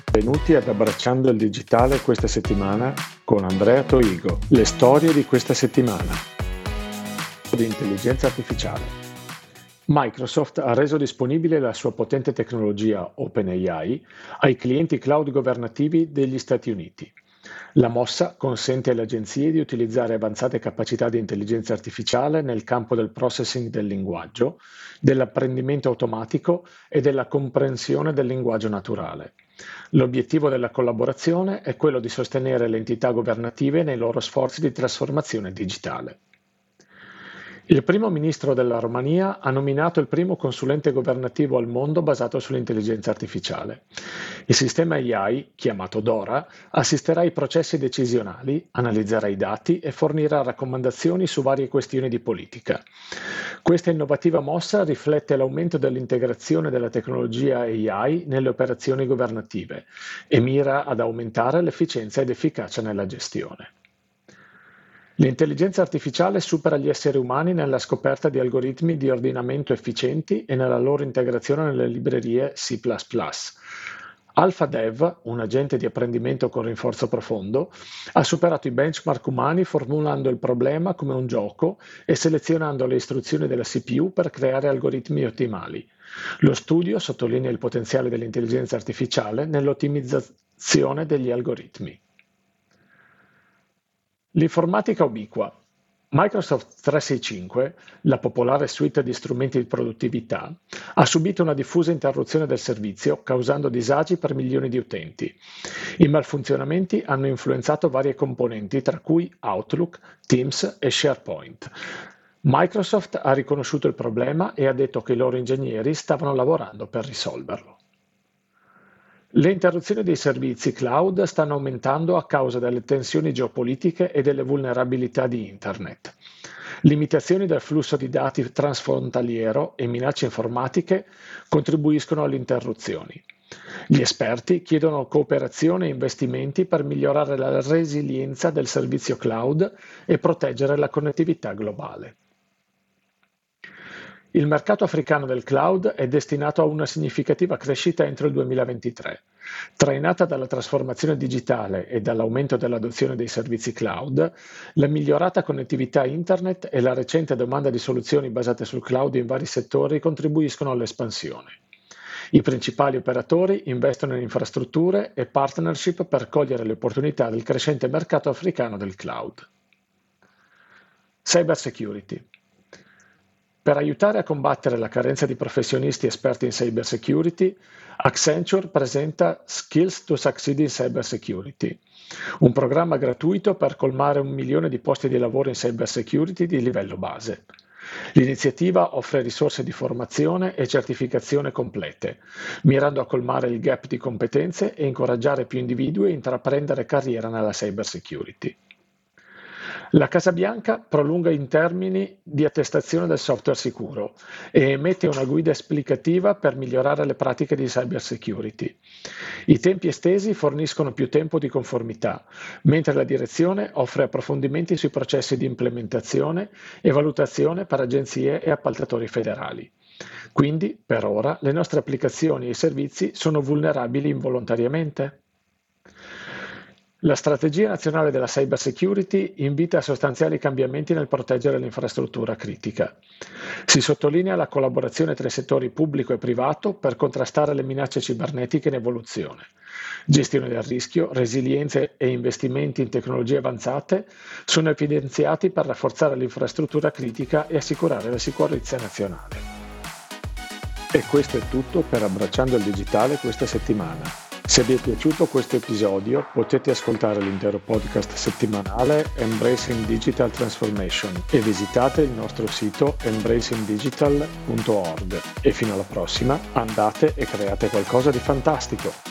Benvenuti ad Abbracciando il Digitale questa settimana con Andrea Toigo. Le storie di questa settimana. Di intelligenza artificiale. Microsoft ha reso disponibile la sua potente tecnologia OpenAI ai clienti cloud governativi degli Stati Uniti. La mossa consente alle agenzie di utilizzare avanzate capacità di intelligenza artificiale nel campo del processing del linguaggio, dell'apprendimento automatico e della comprensione del linguaggio naturale. L'obiettivo della collaborazione è quello di sostenere le entità governative nei loro sforzi di trasformazione digitale. Il primo ministro della Romania ha nominato il primo consulente governativo al mondo basato sull'intelligenza artificiale. Il sistema AI, chiamato Dora, assisterà ai processi decisionali, analizzerà i dati e fornirà raccomandazioni su varie questioni di politica. Questa innovativa mossa riflette l'aumento dell'integrazione della tecnologia AI nelle operazioni governative e mira ad aumentare l'efficienza ed efficacia nella gestione. L'intelligenza artificiale supera gli esseri umani nella scoperta di algoritmi di ordinamento efficienti e nella loro integrazione nelle librerie C++. AlphaDev, un agente di apprendimento con rinforzo profondo, ha superato i benchmark umani formulando il problema come un gioco e selezionando le istruzioni della CPU per creare algoritmi ottimali. Lo studio sottolinea il potenziale dell'intelligenza artificiale nell'ottimizzazione degli algoritmi. L'informatica ubiqua. Microsoft 365, la popolare suite di strumenti di produttività, ha subito una diffusa interruzione del servizio, causando disagi per milioni di utenti. I malfunzionamenti hanno influenzato varie componenti, tra cui Outlook, Teams e SharePoint. Microsoft ha riconosciuto il problema e ha detto che i loro ingegneri stavano lavorando per risolverlo. Le interruzioni dei servizi cloud stanno aumentando a causa delle tensioni geopolitiche e delle vulnerabilità di Internet. Limitazioni del flusso di dati transfrontaliero e minacce informatiche contribuiscono alle interruzioni. Gli esperti chiedono cooperazione e investimenti per migliorare la resilienza del servizio cloud e proteggere la connettività globale. Il mercato africano del cloud è destinato a una significativa crescita entro il 2023. Trainata dalla trasformazione digitale e dall'aumento dell'adozione dei servizi cloud, la migliorata connettività internet e la recente domanda di soluzioni basate sul cloud in vari settori contribuiscono all'espansione. I principali operatori investono in infrastrutture e partnership per cogliere le opportunità del crescente mercato africano del cloud. Cybersecurity. Per aiutare a combattere la carenza di professionisti esperti in cybersecurity, Accenture presenta Skills to Succeed in Cybersecurity, un programma gratuito per colmare 1 milione di posti di lavoro in cybersecurity di livello base. L'iniziativa offre risorse di formazione e certificazione complete, mirando a colmare il gap di competenze e incoraggiare più individui a intraprendere carriera nella cybersecurity. La Casa Bianca prolunga i termini di attestazione del software sicuro e emette una guida esplicativa per migliorare le pratiche di cybersecurity. I tempi estesi forniscono più tempo di conformità, mentre la direzione offre approfondimenti sui processi di implementazione e valutazione per agenzie e appaltatori federali. Quindi, per ora, le nostre applicazioni e servizi sono vulnerabili involontariamente? La Strategia Nazionale della Cybersecurity invita a sostanziali cambiamenti nel proteggere l'infrastruttura critica. Si sottolinea la collaborazione tra i settori pubblico e privato per contrastare le minacce cibernetiche in evoluzione. Gestione del rischio, resilienze e investimenti in tecnologie avanzate sono evidenziati per rafforzare l'infrastruttura critica e assicurare la sicurezza nazionale. E questo è tutto per Abbracciando il Digitale questa settimana. Se vi è piaciuto questo episodio potete ascoltare l'intero podcast settimanale Embracing Digital Transformation e visitate il nostro sito embracingdigital.org. E fino alla prossima, andate e create qualcosa di fantastico!